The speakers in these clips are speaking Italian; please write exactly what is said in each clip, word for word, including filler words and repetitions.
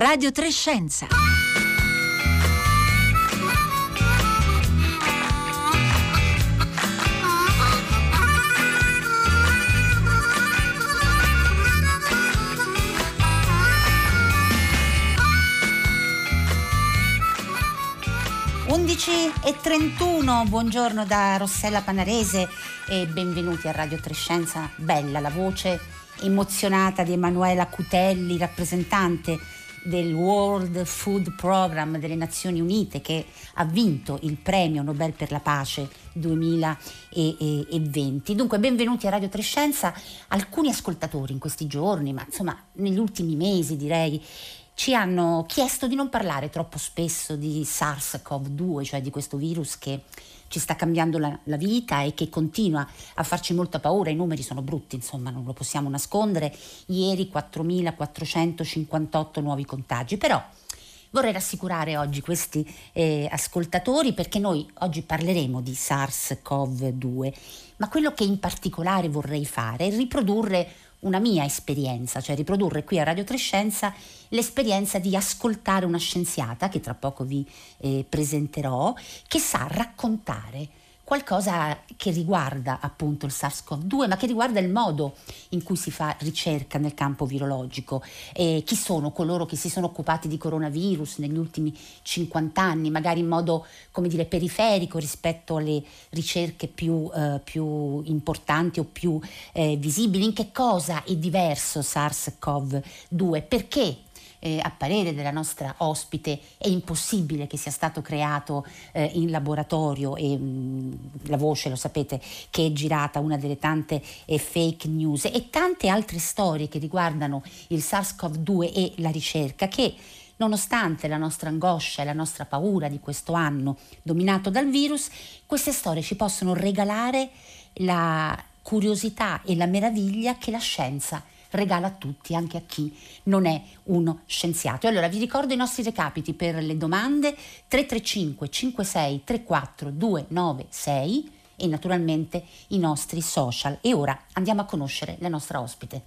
Radio tre Scienza. undici e trentuno, buongiorno da Rossella Panarese e benvenuti a Radio tre Scienza. Bella la voce emozionata di Emanuela Cutelli, rappresentante del World Food Program delle Nazioni Unite, che ha vinto il premio Nobel per la pace duemilaventi. Dunque benvenuti a Radio tre Scienza. Alcuni ascoltatori in questi giorni, ma insomma negli ultimi mesi direi, ci hanno chiesto di non parlare troppo spesso di SARS-CoV due, cioè di questo virus che ci sta cambiando la, la vita e che continua a farci molta paura. I numeri sono brutti, insomma, non lo possiamo nascondere. Ieri quattromilaquattrocentocinquantotto nuovi contagi, però vorrei rassicurare oggi questi eh, ascoltatori, perché noi oggi parleremo di SARS-CoV due, ma quello che in particolare vorrei fare è riprodurre una mia esperienza, cioè riprodurre qui a Radio tre Scienza l'esperienza di ascoltare una scienziata che tra poco vi eh, presenterò, che sa raccontare qualcosa che riguarda appunto il SARS-CoV due, ma che riguarda il modo in cui si fa ricerca nel campo virologico. E chi sono coloro che si sono occupati di coronavirus negli ultimi cinquanta anni, magari in modo, come dire, periferico rispetto alle ricerche più, eh, più importanti o più eh, visibili. In che cosa è diverso SARS-CoV due? Perché? Eh, a parere della nostra ospite è impossibile che sia stato creato eh, in laboratorio e mh, la voce, lo sapete, che è girata, una delle tante eh, fake news e tante altre storie che riguardano il SARS-CoV due e la ricerca, che nonostante la nostra angoscia e la nostra paura di questo anno dominato dal virus, queste storie ci possono regalare la curiosità e la meraviglia che la scienza regala a tutti, anche a chi non è uno scienziato. E allora vi ricordo i nostri recapiti per le domande: tre tre cinque cinque sei tre quattro due nove sei e naturalmente i nostri social. E ora andiamo a conoscere la nostra ospite.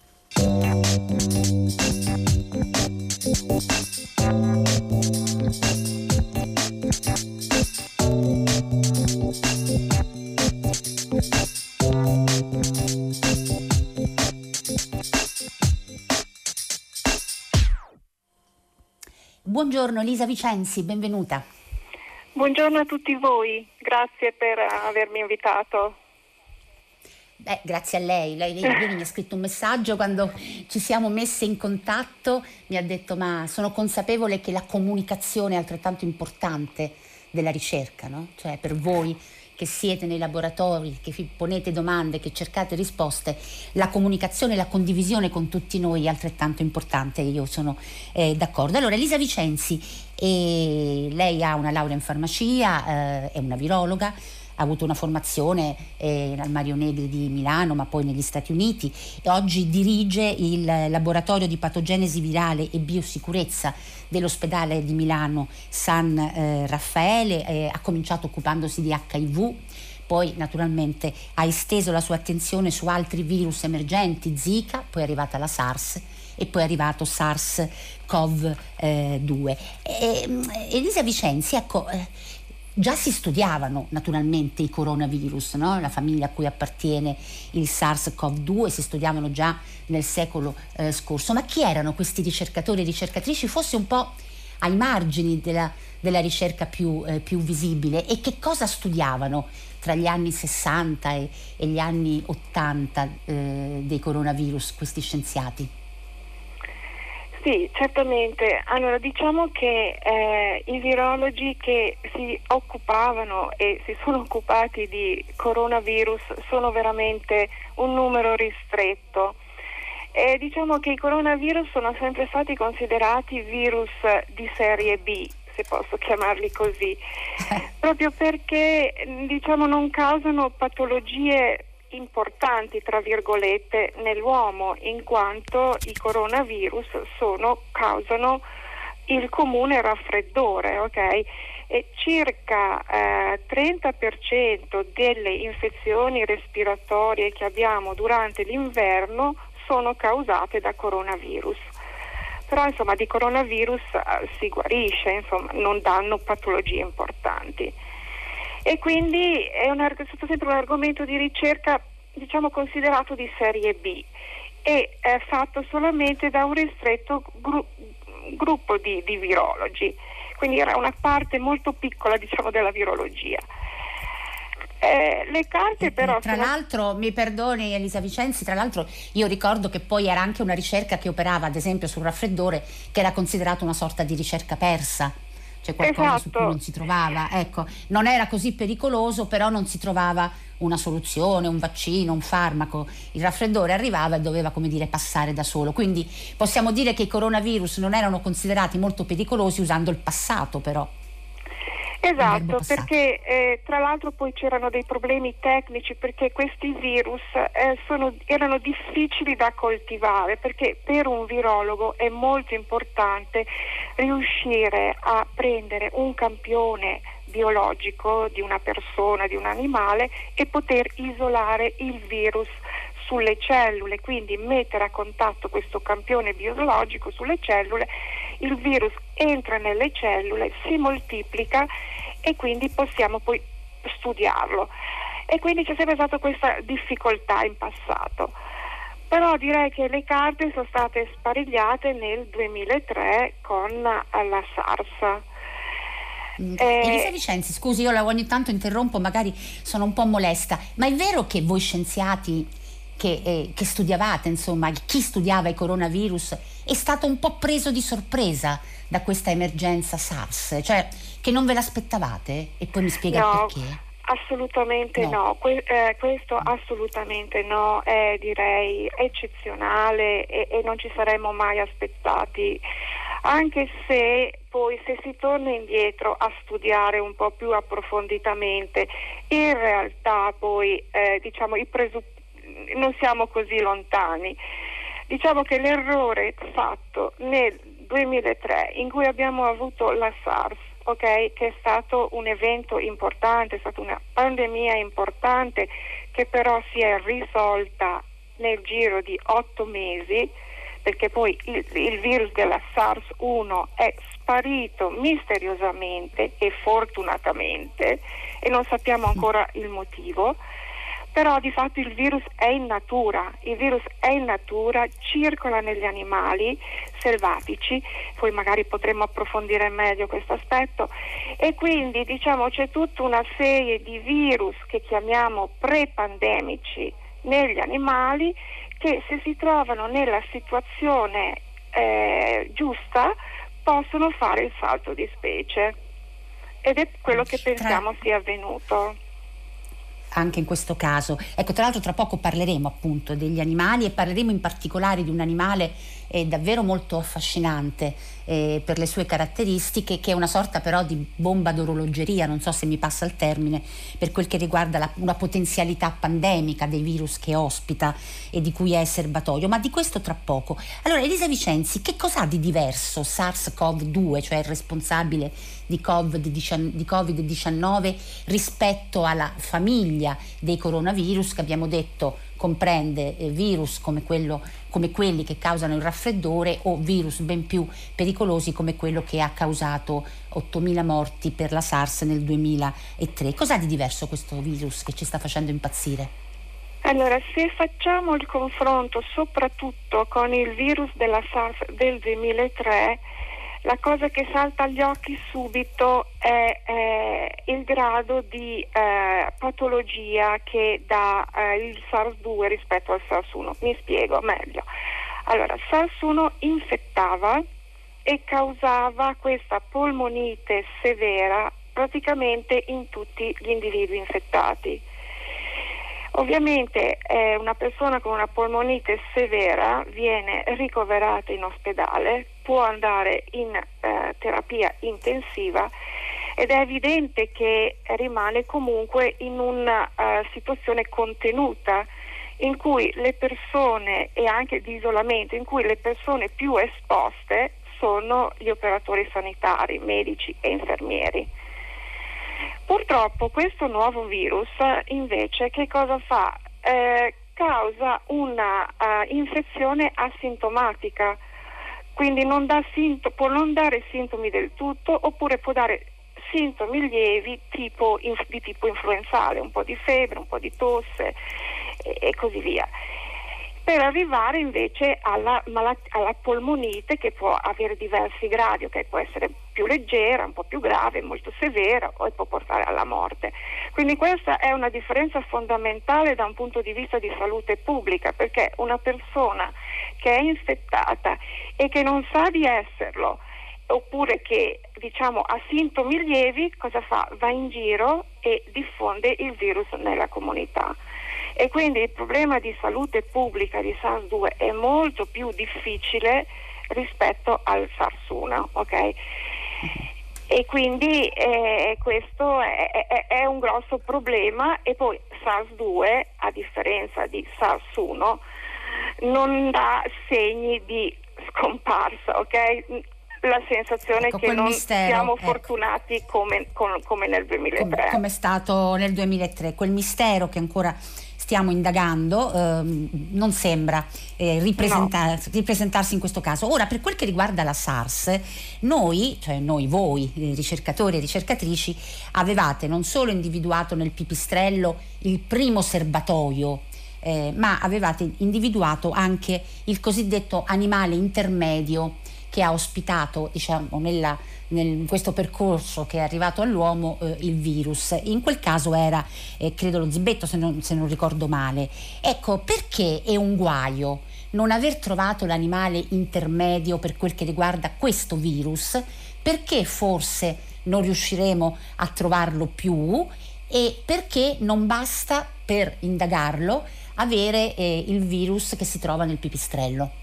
Buongiorno Elisa Vicenzi, benvenuta. Buongiorno a tutti voi, grazie per avermi invitato. Beh, grazie a lei. Lei ieri mi ha scritto un messaggio quando ci siamo messe in contatto, mi ha detto: ma sono consapevole che la comunicazione è altrettanto importante della ricerca, no? Cioè per voi che siete nei laboratori, che vi ponete domande, che cercate risposte, la comunicazione e la condivisione con tutti noi è altrettanto importante. Io sono eh, d'accordo. Allora, Elisa Vicenzi, eh, lei ha una laurea in farmacia, eh, è una virologa, ha avuto una formazione eh, al Mario Negri di Milano, ma poi negli Stati Uniti, e oggi dirige il laboratorio di patogenesi virale e biosicurezza dell'ospedale di Milano San eh, Raffaele. Eh, ha cominciato occupandosi di acca i vu, poi naturalmente ha esteso la sua attenzione su altri virus emergenti, Zika, poi è arrivata la SARS e poi è arrivato SARS-CoV due. Eh, Elisa Vicenzi, ecco, eh, già si studiavano naturalmente i coronavirus, no? La famiglia a cui appartiene il SARS-CoV due, si studiavano già nel secolo eh, scorso, ma chi erano questi ricercatori e ricercatrici, forse un po' ai margini della, della ricerca più, eh, più visibile, e che cosa studiavano tra gli anni sessanta e, e gli anni ottanta eh, dei coronavirus questi scienziati? Sì, certamente. Allora, diciamo che eh, i virologi che si occupavano e si sono occupati di coronavirus sono veramente un numero ristretto. E diciamo che i coronavirus sono sempre stati considerati virus di serie B, se posso chiamarli così, proprio perché, diciamo, non causano patologie importanti, tra virgolette, nell'uomo, in quanto i coronavirus sono, causano il comune raffreddore, ok? E circa eh, trenta per cento delle infezioni respiratorie che abbiamo durante l'inverno sono causate da coronavirus. però insomma di coronavirus eh, si guarisce, insomma non danno patologie importanti. E quindi è, un, è stato sempre un argomento di ricerca, diciamo, considerato di serie B e è fatto solamente da un ristretto gru- gruppo di, di virologi, quindi era una parte molto piccola, diciamo, della virologia. Eh, le carte però tra sono... l'altro, mi perdoni Elisa Vicenzi, tra l'altro io ricordo che poi era anche una ricerca che operava ad esempio sul raffreddore, che era considerata una sorta di ricerca persa, cioè qualcosa Esatto. su cui non si trovava, ecco, non era così pericoloso, però non si trovava una soluzione, un vaccino, un farmaco. Il raffreddore arrivava e doveva, come dire, passare da solo. Quindi possiamo dire che i coronavirus non erano considerati molto pericolosi usando il passato, però. Esatto, perché eh, tra l'altro poi c'erano dei problemi tecnici, perché questi virus eh, sono, erano difficili da coltivare, perché per un virologo è molto importante riuscire a prendere un campione biologico di una persona, di un animale, e poter isolare il virus sulle cellule, quindi mettere a contatto questo campione biologico sulle cellule, il virus entra nelle cellule, si moltiplica e quindi possiamo poi studiarlo. E quindi c'è sempre stata questa difficoltà in passato. Però direi che le carte sono state sparigliate nel duemilatré con la SARS. Eh, Elisa Vicenzi, scusi, io la ogni tanto interrompo, magari sono un po' molesta, ma è vero che voi scienziati che, eh, che studiavate, insomma, chi studiava i coronavirus è stato un po' preso di sorpresa da questa emergenza SARS, cioè che non ve l'aspettavate? E poi mi spiega no, il perché? Assolutamente no, no. Que- eh, questo assolutamente no, è direi eccezionale e, e non ci saremmo mai aspettati, anche se poi se si torna indietro a studiare un po' più approfonditamente, in realtà poi eh, diciamo i presupposti non siamo così lontani. Diciamo che l'errore fatto nel duemilatré, in cui abbiamo avuto la SARS, ok, che è stato un evento importante, è stata una pandemia importante che però si è risolta nel giro di otto mesi, perché poi il, il virus della SARS uno è sparito misteriosamente e fortunatamente e non sappiamo ancora il motivo. Però di fatto il virus è in natura, il virus è in natura, circola negli animali selvatici, poi magari potremmo approfondire meglio questo aspetto, e quindi diciamo c'è tutta una serie di virus che chiamiamo pre-pandemici negli animali che se si trovano nella situazione eh, giusta possono fare il salto di specie, ed è quello che pensiamo sia avvenuto anche in questo caso. Ecco, tra l'altro tra poco parleremo appunto degli animali e parleremo in particolare di un animale eh, davvero molto affascinante eh, per le sue caratteristiche, che è una sorta però di bomba d'orologeria, non so se mi passa il termine, per quel che riguarda la, una potenzialità pandemica dei virus che ospita e di cui è serbatoio, ma di questo tra poco. Allora, Elisa Vicenzi, che cos'ha di diverso SARS-CoV due, cioè il responsabile di covid diciannove, rispetto alla famiglia dei coronavirus che abbiamo detto comprende eh, virus come, quello, come quelli che causano il raffreddore o virus ben più pericolosi come quello che ha causato ottomila morti per la SARS nel duemilatré. Cos'ha di diverso questo virus che ci sta facendo impazzire? Allora, se facciamo il confronto soprattutto con il virus della SARS del duemilatré, la cosa che salta agli occhi subito è eh, il grado di eh, patologia che dà eh, il SARS due rispetto al SARS uno. Mi spiego meglio. Allora, SARS uno infettava e causava questa polmonite severa praticamente in tutti gli individui infettati. Ovviamente eh, una persona con una polmonite severa viene ricoverata in ospedale, può andare in eh, terapia intensiva ed è evidente che rimane comunque in una uh, situazione contenuta in cui le persone, e anche di isolamento, in cui le persone più esposte sono gli operatori sanitari, medici e infermieri. Purtroppo questo nuovo virus invece che cosa fa? Eh, causa una uh, infezione asintomatica, quindi non dà sintomi, può non dare sintomi del tutto, oppure può dare sintomi lievi tipo inf- di tipo influenzale, un po' di febbre, un po' di tosse e, e così via, per arrivare invece alla, malat- alla polmonite, che può avere diversi gradi, che può essere più leggera, un po' più grave, molto severa, o può portare alla morte. Quindi questa è una differenza fondamentale da un punto di vista di salute pubblica, perché una persona che è infettata e che non sa di esserlo, oppure che diciamo ha sintomi lievi, cosa fa? Va in giro e diffonde il virus nella comunità. E quindi il problema di salute pubblica di SARS due è molto più difficile rispetto al SARS uno, ok? E quindi eh, questo è, è, è un grosso problema. E poi SARS due, a differenza di SARS uno, non dà segni di scomparsa, ok? La sensazione ecco, che non mistero, siamo ecco. fortunati come, come, come nel duemilatré. Come, come è stato nel duemilatré, quel mistero che ancora stiamo indagando, ehm, non sembra eh, ripresenta- no. ripresentarsi in questo caso. Ora, per quel che riguarda la SARS, noi, cioè noi, voi, eh, ricercatori e ricercatrici, avevate non solo individuato nel pipistrello il primo serbatoio, eh, ma avevate individuato anche il cosiddetto animale intermedio che ha ospitato, diciamo, nella, nel, in questo percorso che è arrivato all'uomo eh, il virus. In quel caso era, eh, credo, lo zibetto, se non, se non ricordo male. Ecco, perché è un guaio non aver trovato l'animale intermedio per quel che riguarda questo virus? Perché forse non riusciremo a trovarlo più? E perché non basta, per indagarlo, avere eh, il virus che si trova nel pipistrello?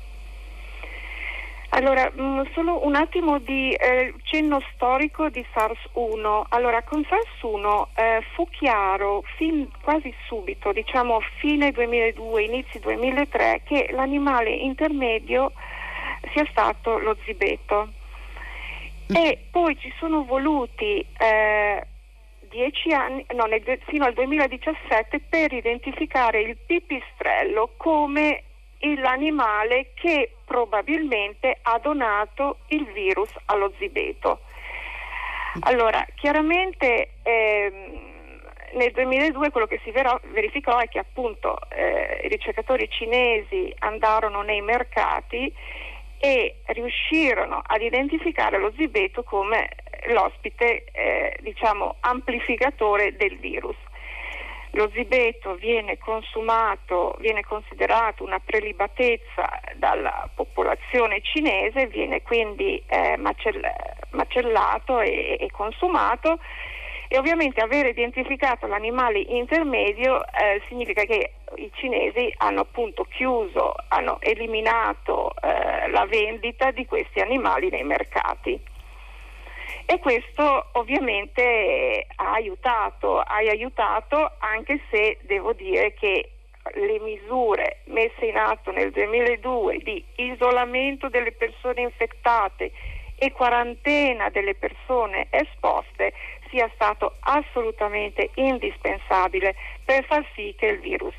Allora, mh, solo un attimo di eh, cenno storico di SARS uno. Allora, con SARS uno eh, fu chiaro fin quasi subito, diciamo fine duemiladue, inizi duemilatré, che l'animale intermedio sia stato lo zibetto. Mm. E poi ci sono voluti eh, dieci anni, no, nel, fino al duemiladiciassette, per identificare il pipistrello come l'animale che probabilmente ha donato il virus allo zibetto. Allora, chiaramente ehm, nel duemiladue quello che si ver- verificò è che appunto eh, i ricercatori cinesi andarono nei mercati e riuscirono ad identificare lo zibetto come l'ospite, eh, diciamo, amplificatore del virus. Lo zibetto viene consumato, viene considerato una prelibatezza dalla popolazione cinese, viene quindi eh, macell- macellato e, e consumato, e ovviamente aver identificato l'animale intermedio eh, significa che i cinesi hanno appunto chiuso, hanno eliminato eh, la vendita di questi animali nei mercati. E questo ovviamente ha aiutato, ha aiutato, anche se devo dire che le misure messe in atto nel duemiladue di isolamento delle persone infettate e quarantena delle persone esposte sia stato assolutamente indispensabile per far sì che il virus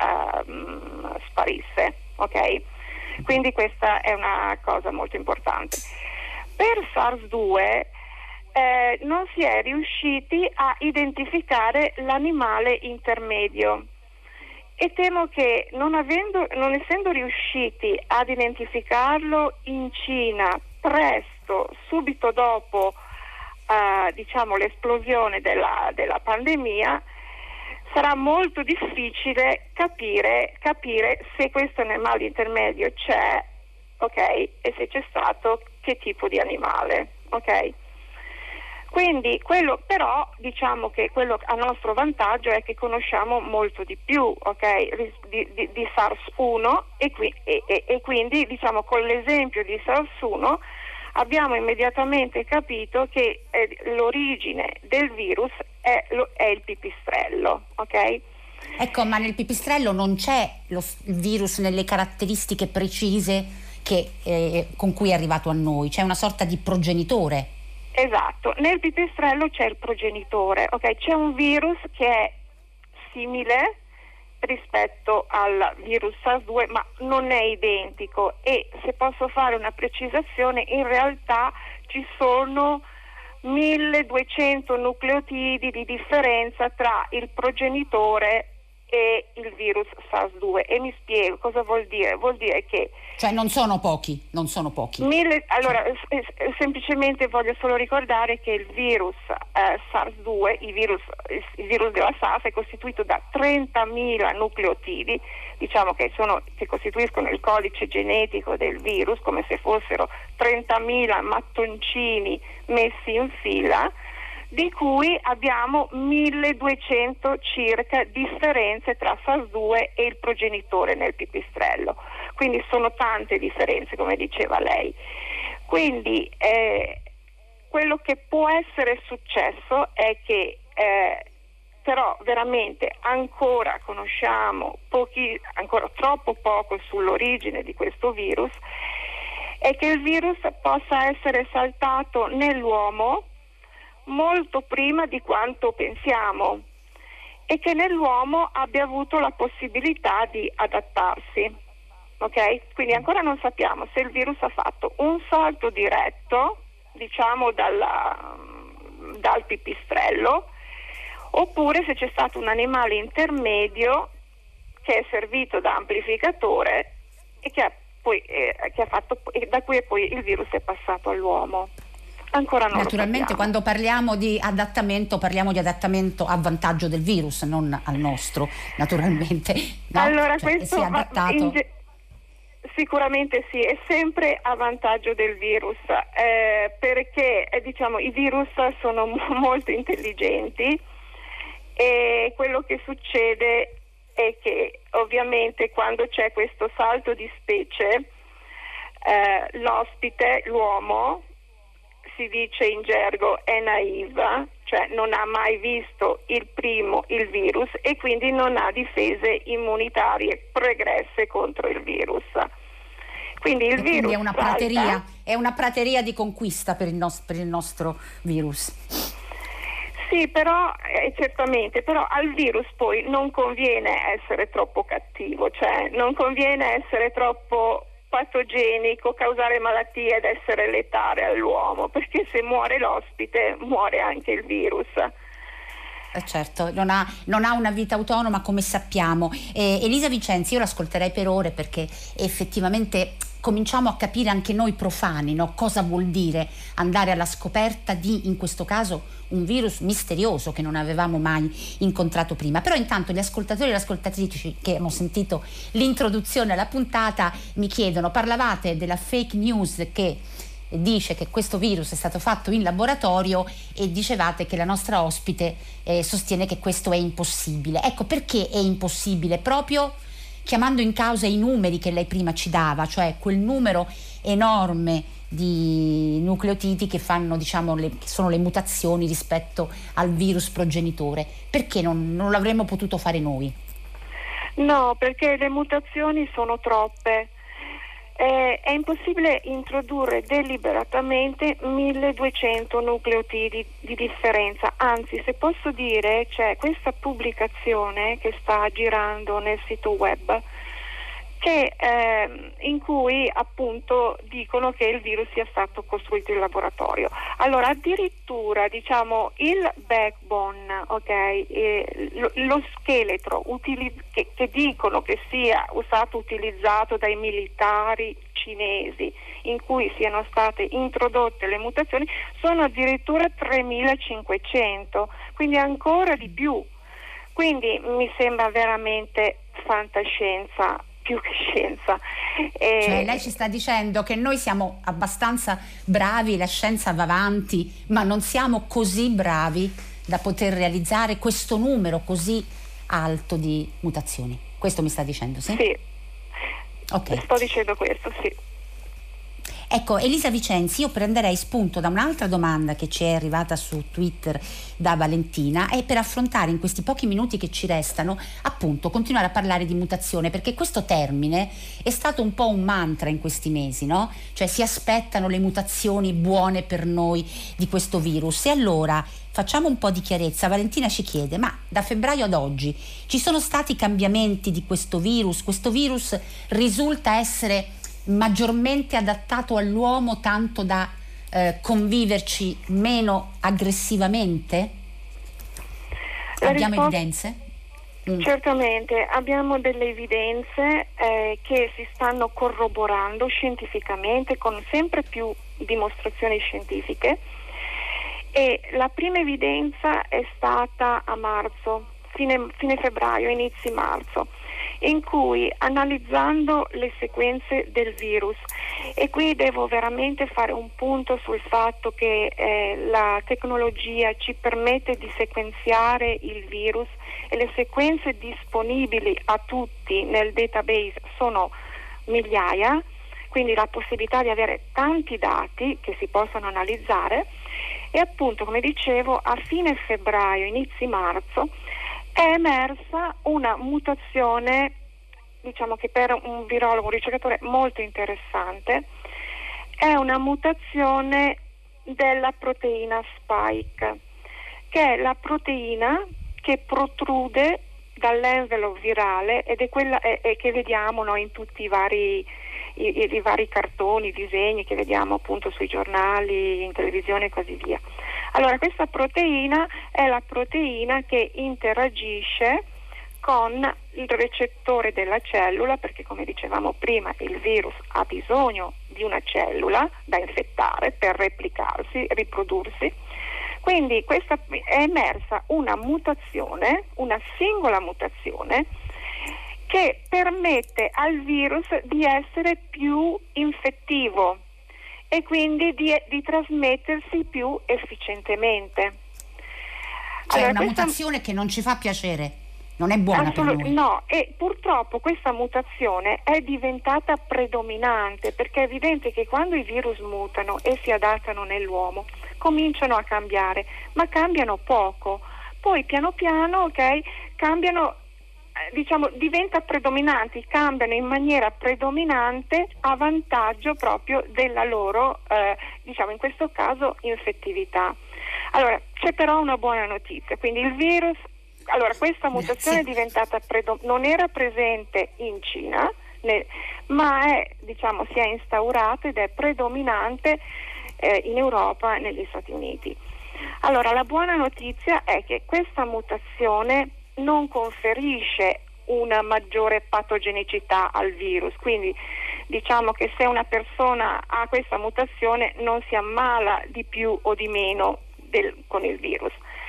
uh, sparisse, ok? Quindi questa è una cosa molto importante. Per SARS due Eh, non si è riusciti a identificare l'animale intermedio, e temo che non, avendo, non essendo riusciti ad identificarlo in Cina presto, subito dopo eh, diciamo l'esplosione della, della pandemia, sarà molto difficile capire, capire se questo animale intermedio c'è, ok, e se c'è stato, che tipo di animale, ok? Quindi quello, però diciamo che quello a nostro vantaggio è che conosciamo molto di più, ok, di, di, di SARS uno, e, qui, e, e, e quindi diciamo con l'esempio di SARS uno abbiamo immediatamente capito che eh, l'origine del virus è, lo, è il pipistrello, ok? Ecco, ma nel pipistrello non c'è lo, il virus nelle caratteristiche precise che, eh, con cui è arrivato a noi, c'è una sorta di progenitore. Esatto, nel pipistrello c'è il progenitore, ok? C'è un virus che è simile, rispetto al virus SARS due, ma non è identico, e se posso fare una precisazione, in realtà ci sono milleduecento nucleotidi di differenza tra il progenitore e il virus SARS due, e mi spiego cosa vuol dire. Vuol dire che cioè non sono pochi, non sono pochi. Mille, allora, cioè. s- semplicemente voglio solo ricordare che il virus eh, SARS due, il virus, il virus della SARS, è costituito da trentamila nucleotidi, diciamo che sono che costituiscono il codice genetico del virus, come se fossero trentamila mattoncini messi in fila, di cui abbiamo milleduecento circa differenze tra SARS due e il progenitore nel pipistrello. Quindi sono tante differenze, come diceva lei. Quindi eh, quello che può essere successo è che eh, però veramente ancora conosciamo pochi, ancora troppo poco sull'origine di questo virus, è che il virus possa essere saltato nell'uomo molto prima di quanto pensiamo, e che nell'uomo abbia avuto la possibilità di adattarsi. Ok? Quindi ancora non sappiamo se il virus ha fatto un salto diretto, diciamo dalla, dal pipistrello, oppure se c'è stato un animale intermedio che è servito da amplificatore e che ha poi eh, che ha fatto, e da cui poi il virus è passato all'uomo. Ancora non Naturalmente lo quando parliamo di adattamento parliamo di adattamento a vantaggio del virus, non al nostro, naturalmente. No? Allora cioè, questo si è adattato. in ge- sicuramente sì, è sempre a vantaggio del virus, eh, perché eh, diciamo i virus sono mo- molto intelligenti, e quello che succede è che ovviamente quando c'è questo salto di specie, eh, l'ospite, l'uomo, si dice in gergo è naive, cioè non ha mai visto il primo, il virus, e quindi non ha difese immunitarie pregresse contro il virus. Quindi il e virus quindi è una salta, prateria, è una prateria di conquista per il, nos- per il nostro virus. Sì, però eh, certamente, però al virus poi non conviene essere troppo cattivo, cioè non conviene essere troppo patogenico, causare malattie ed essere letale all'uomo, perché se muore l'ospite muore anche il virus. Eh certo, non ha, non ha una vita autonoma, come sappiamo. Eh, Elisa Vicenzi, io l'ascolterei per ore, perché effettivamente cominciamo a capire anche noi profani, no? Cosa vuol dire andare alla scoperta di, in questo caso, un virus misterioso che non avevamo mai incontrato prima. Però intanto gli ascoltatori e le ascoltatrici che hanno sentito l'introduzione alla puntata mi chiedono: parlavate della fake news che dice che questo virus è stato fatto in laboratorio, e dicevate che la nostra ospite eh, sostiene che questo è impossibile. Ecco, perché è impossibile? Proprio chiamando in causa i numeri che lei prima ci dava, cioè quel numero enorme di nucleotidi che fanno, diciamo, le, che sono le mutazioni rispetto al virus progenitore. Perché non, non l'avremmo potuto fare noi? No, perché le mutazioni sono troppe. Eh, è impossibile introdurre deliberatamente milleduecento nucleotidi di differenza. Anzi, se posso dire, c'è questa pubblicazione che sta girando nel sito web che, eh, in cui appunto dicono che il virus sia stato costruito in laboratorio. Allora, addirittura, diciamo, il backbone, ok, eh, lo, lo scheletro utili- che, che dicono che sia stato utilizzato dai militari cinesi, in cui siano state introdotte le mutazioni, sono addirittura tremilacinquecento, quindi ancora di più. Quindi mi sembra veramente fantascienza più che scienza. Eh, cioè lei ci sta dicendo che noi siamo abbastanza bravi, la scienza va avanti, ma non siamo così bravi da poter realizzare questo numero così alto di mutazioni. Questo mi sta dicendo, sì? Sì. Ok. Sto dicendo questo, sì. Ecco, Elisa Vicenzi, io prenderei spunto da un'altra domanda che ci è arrivata su Twitter da Valentina, e per affrontare in questi pochi minuti che ci restano, appunto, continuare a parlare di mutazione, perché questo termine è stato un po' un mantra in questi mesi, no? Cioè si aspettano le mutazioni buone per noi di questo virus, e allora facciamo un po' di chiarezza. Valentina ci chiede, ma da febbraio ad oggi ci sono stati cambiamenti di questo virus? Questo virus risulta essere maggiormente adattato all'uomo tanto da eh, conviverci meno aggressivamente? La Abbiamo risposta... evidenze? Mm. Certamente, abbiamo delle evidenze eh, che si stanno corroborando scientificamente con sempre più dimostrazioni scientifiche, e la prima evidenza è stata a marzo, fine, fine febbraio, inizi marzo, in cui, analizzando le sequenze del virus, e qui devo veramente fare un punto sul fatto che eh, la tecnologia ci permette di sequenziare il virus e le sequenze disponibili a tutti nel database sono migliaia, quindi la possibilità di avere tanti dati che si possono analizzare. E appunto, come dicevo, a fine febbraio, inizi marzo, è emersa una mutazione, diciamo che per un virologo, un ricercatore molto interessante, è una mutazione della proteina spike, che è la proteina che protrude dall'envelope virale ed è quella è, è che vediamo noi in tutti i vari, i, i vari cartoni, disegni che vediamo appunto sui giornali, in televisione e così via. Allora, questa proteina è la proteina che interagisce con il recettore della cellula, perché come dicevamo prima il virus ha bisogno di una cellula da infettare per replicarsi, riprodursi. Quindi questa è emersa una mutazione, una singola mutazione, che permette al virus di essere più infettivo e quindi di, di trasmettersi più efficientemente. C'è allora, una questa... mutazione che non ci fa piacere, non è buona Assolut- per noi. No, e purtroppo questa mutazione è diventata predominante, perché è evidente che quando i virus mutano e si adattano nell'uomo cominciano a cambiare, ma cambiano poco, poi piano piano, ok, cambiano, eh, diciamo, diventa predominanti, cambiano in maniera predominante a vantaggio proprio della loro, eh, diciamo in questo caso, infettività. Allora, c'è però una buona notizia, quindi il virus, allora questa mutazione Grazie. è diventata, predom- non era presente in Cina, ne- ma è, diciamo, si è instaurata ed è predominante eh, in Europa e negli Stati Uniti. Allora, la buona notizia è che questa mutazione non conferisce una maggiore patogenicità al virus, quindi diciamo che se una persona ha questa mutazione non si ammala di più o di meno del, con il virus.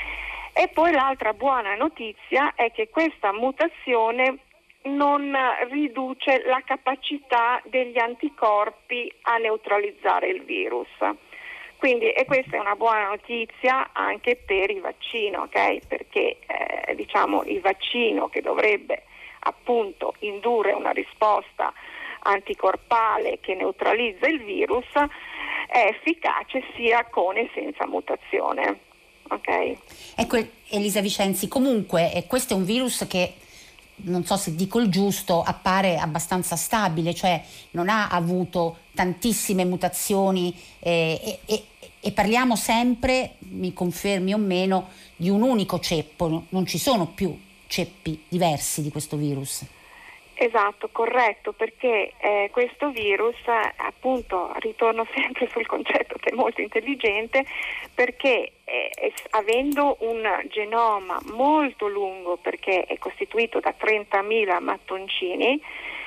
E poi l'altra buona notizia è che questa mutazione non riduce la capacità degli anticorpi a neutralizzare il virus. Quindi, e questa è una buona notizia anche per i vaccini, ok? Perché eh, diciamo il vaccino, che dovrebbe appunto indurre una risposta anticorpale che neutralizza il virus, è efficace sia con e senza mutazione. Okay. Ecco, Elisa Vicenzi, comunque eh, questo è un virus che, non so se dico il giusto, appare abbastanza stabile, cioè non ha avuto tantissime mutazioni eh, e, e, e parliamo sempre, mi confermi o meno, di un unico ceppo, non ci sono più ceppi diversi di questo virus. Esatto, corretto, perché eh, questo virus, eh, appunto, ritorno sempre sul concetto che è molto intelligente, perché eh, eh, avendo un genoma molto lungo, perché è costituito da trentamila mattoncini,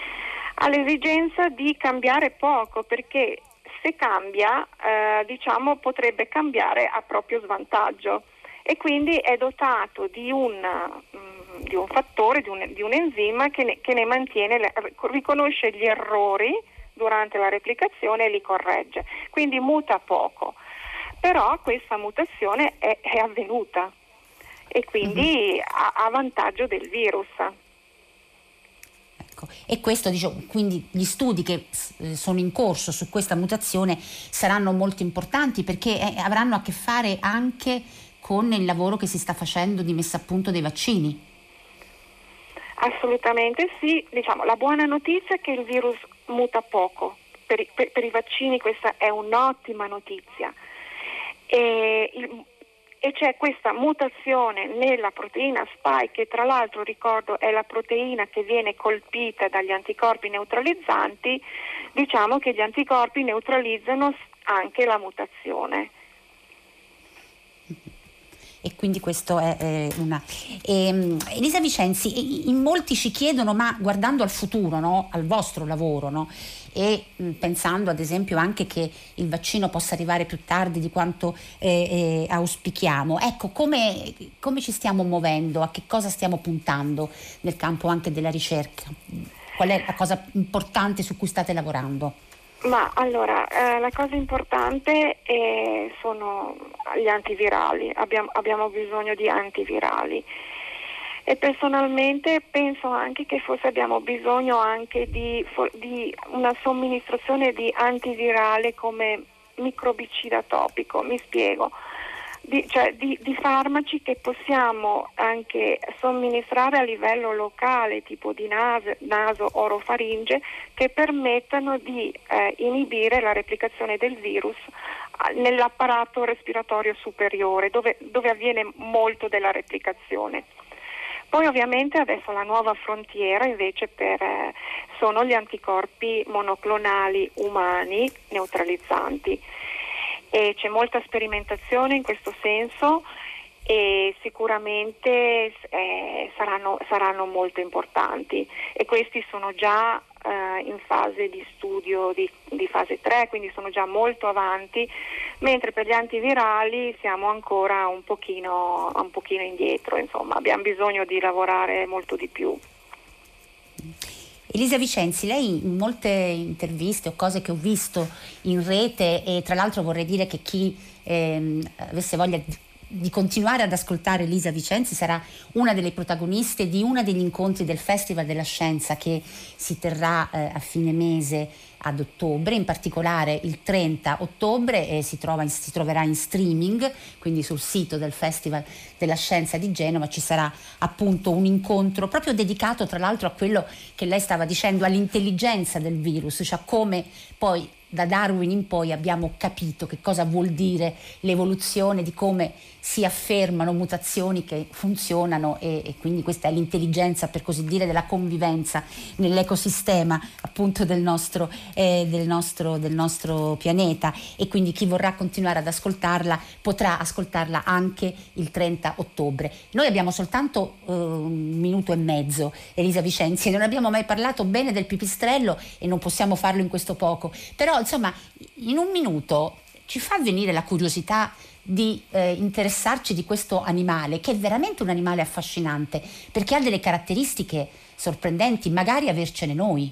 ha l'esigenza di cambiare poco, perché se cambia, eh, diciamo, potrebbe cambiare a proprio svantaggio, e quindi è dotato di un... Mh, di un fattore, di un, di un enzima che ne, che ne mantiene, le, riconosce gli errori durante la replicazione e li corregge, quindi muta poco, però questa mutazione è, è avvenuta e quindi uh-huh. ha, ha vantaggio del virus. Ecco. E questo, diciamo, quindi gli studi che eh, sono in corso su questa mutazione saranno molto importanti, perché eh, avranno a che fare anche con il lavoro che si sta facendo di messa a punto dei vaccini. Assolutamente sì, diciamo, la buona notizia è che il virus muta poco, per, per, per i vaccini questa è un'ottima notizia. E il, e c'è questa mutazione nella proteina spike, che tra l'altro ricordo è la proteina che viene colpita dagli anticorpi neutralizzanti. Diciamo che gli anticorpi neutralizzano anche la mutazione. E quindi questo è eh, una e, Elisa Vicenzi, in molti ci chiedono, ma guardando al futuro, no? Al vostro lavoro, no? E mh, pensando ad esempio anche che il vaccino possa arrivare più tardi di quanto eh, eh, auspichiamo, ecco, come, come ci stiamo muovendo, a che cosa stiamo puntando nel campo anche della ricerca? Qual è la cosa importante su cui state lavorando? Ma allora, eh, la cosa importante è, sono gli antivirali, abbiamo, abbiamo bisogno di antivirali e personalmente penso anche che forse abbiamo bisogno anche di, di una somministrazione di antivirale come microbicida topico, mi spiego. Di, cioè di, di farmaci che possiamo anche somministrare a livello locale, tipo di naso, naso orofaringe, che permettano di eh, inibire la replicazione del virus nell'apparato respiratorio superiore, dove, dove avviene molto della replicazione. Poi ovviamente adesso la nuova frontiera invece per, eh, sono gli anticorpi monoclonali umani neutralizzanti. E c'è molta sperimentazione in questo senso e sicuramente eh, saranno, saranno molto importanti, e questi sono già eh, in fase di studio di, di fase tre, quindi sono già molto avanti, mentre per gli antivirali siamo ancora un pochino, un pochino indietro, insomma abbiamo bisogno di lavorare molto di più. Elisa Vicenzi, lei in molte interviste o cose che ho visto in rete, e tra l'altro vorrei dire che chi ehm, avesse voglia di, di continuare ad ascoltare Elisa Vicenzi sarà una delle protagoniste di uno degli incontri del Festival della Scienza che si terrà eh, a fine mese ad ottobre, in particolare il trenta ottobre, e si, trova in, si troverà in streaming, quindi sul sito del Festival della Scienza di Genova ci sarà appunto un incontro proprio dedicato tra l'altro a quello che lei stava dicendo, all'intelligenza del virus, cioè come poi da Darwin in poi abbiamo capito che cosa vuol dire l'evoluzione, di come si affermano mutazioni che funzionano, e, e quindi questa è l'intelligenza, per così dire, della convivenza nell'ecosistema appunto del nostro, eh, del nostro, del nostro pianeta, e quindi chi vorrà continuare ad ascoltarla potrà ascoltarla anche il trenta ottobre. Noi abbiamo soltanto eh, un minuto e mezzo, Elisa Vicenzi, e non abbiamo mai parlato bene del pipistrello e non possiamo farlo in questo poco, però insomma in un minuto ci fa venire la curiosità di eh, interessarci di questo animale, che è veramente un animale affascinante, perché ha delle caratteristiche sorprendenti, magari avercene noi.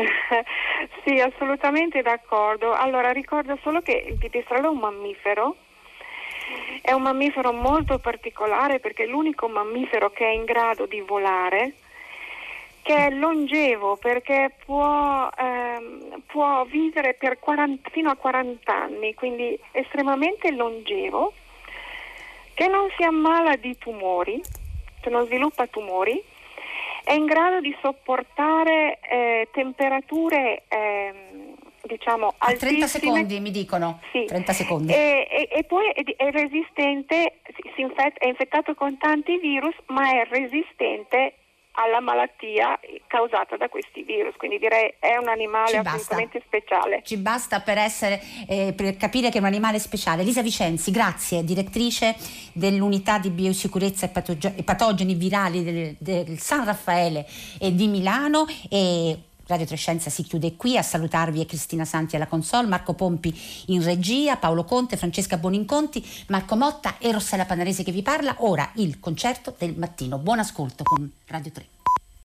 Sì, assolutamente d'accordo. Allora, ricordo solo che il pipistrello è un mammifero, è un mammifero molto particolare perché è l'unico mammifero che è in grado di volare, che è longevo perché può, ehm, può vivere per quaranta, fino a quaranta anni, quindi estremamente longevo, che non si ammala di tumori, che non sviluppa tumori, è in grado di sopportare eh, temperature ehm, diciamo a altissime. trenta secondi mi dicono. Sì. trenta secondi. E, e, e poi è, è resistente, si infett, è infettato con tanti virus, ma è resistente alla malattia causata da questi virus, quindi direi è un animale Ci assolutamente basta. speciale. Ci basta per essere eh, per capire che è un animale speciale. Elisa Vicenzi, grazie, direttrice dell'unità di biosicurezza e, patoge- e patogeni virali del, del San Raffaele e di Milano. E Radio tre Scienza si chiude qui. A salutarvi è Cristina Santi alla console, Marco Pompi in regia, Paolo Conte, Francesca Boninconti, Marco Motta e Rossella Panarese che vi parla. Ora il concerto del mattino. Buon ascolto con Radio tre.